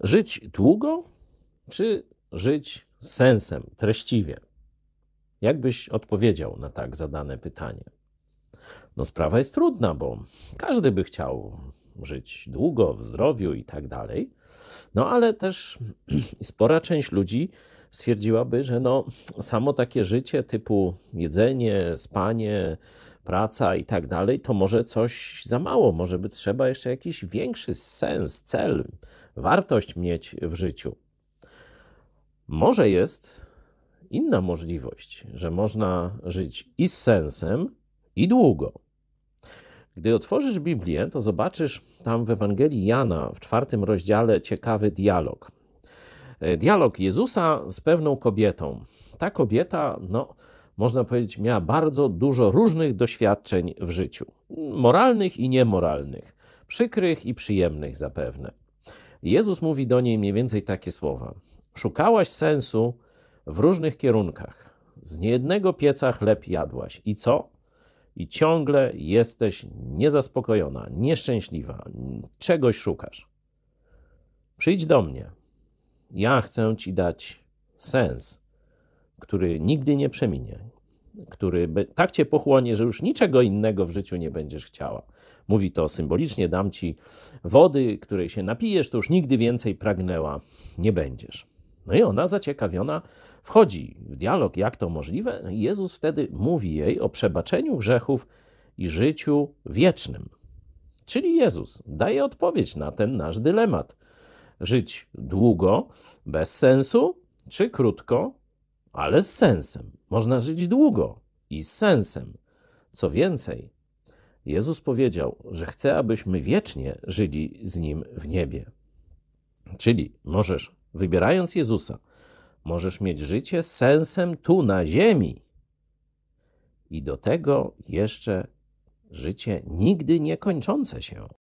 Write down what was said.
Żyć długo, czy żyć z sensem, treściwie? Jak byś odpowiedział na tak zadane pytanie? No sprawa jest trudna, bo każdy by chciał żyć długo, w zdrowiu i tak dalej. No ale też spora część ludzi stwierdziłaby, że samo takie życie typu jedzenie, spanie, praca i tak dalej, to może coś za mało, może by trzeba jeszcze jakiś większy sens, cel, wartość mieć w życiu. Może jest inna możliwość, że można żyć i z sensem, i długo. Gdy otworzysz Biblię, to zobaczysz tam w Ewangelii Jana w 4 rozdziale ciekawy dialog. Dialog Jezusa z pewną kobietą. Ta kobieta, można powiedzieć, miała bardzo dużo różnych doświadczeń w życiu. Moralnych i niemoralnych, przykrych i przyjemnych zapewne. Jezus mówi do niej mniej więcej takie słowa. Szukałaś sensu w różnych kierunkach. Z niejednego pieca chleb jadłaś. I co? I ciągle jesteś niezaspokojona, nieszczęśliwa. Czegoś szukasz. Przyjdź do mnie. Ja chcę ci dać sens, który nigdy nie przeminie, który tak cię pochłonie, że już niczego innego w życiu nie będziesz chciała. Mówi to symbolicznie, dam ci wody, której się napijesz, to już nigdy więcej pragnęła nie będziesz. No i ona zaciekawiona wchodzi w dialog, jak to możliwe. Jezus wtedy mówi jej o przebaczeniu grzechów i życiu wiecznym. Czyli Jezus daje odpowiedź na ten nasz dylemat. Żyć długo, bez sensu, czy krótko, ale z sensem. Można żyć długo i z sensem. Co więcej, Jezus powiedział, że chce, abyśmy wiecznie żyli z Nim w niebie. Czyli możesz, wybierając Jezusa, możesz mieć życie z sensem tu na ziemi i do tego jeszcze życie nigdy nie kończące się.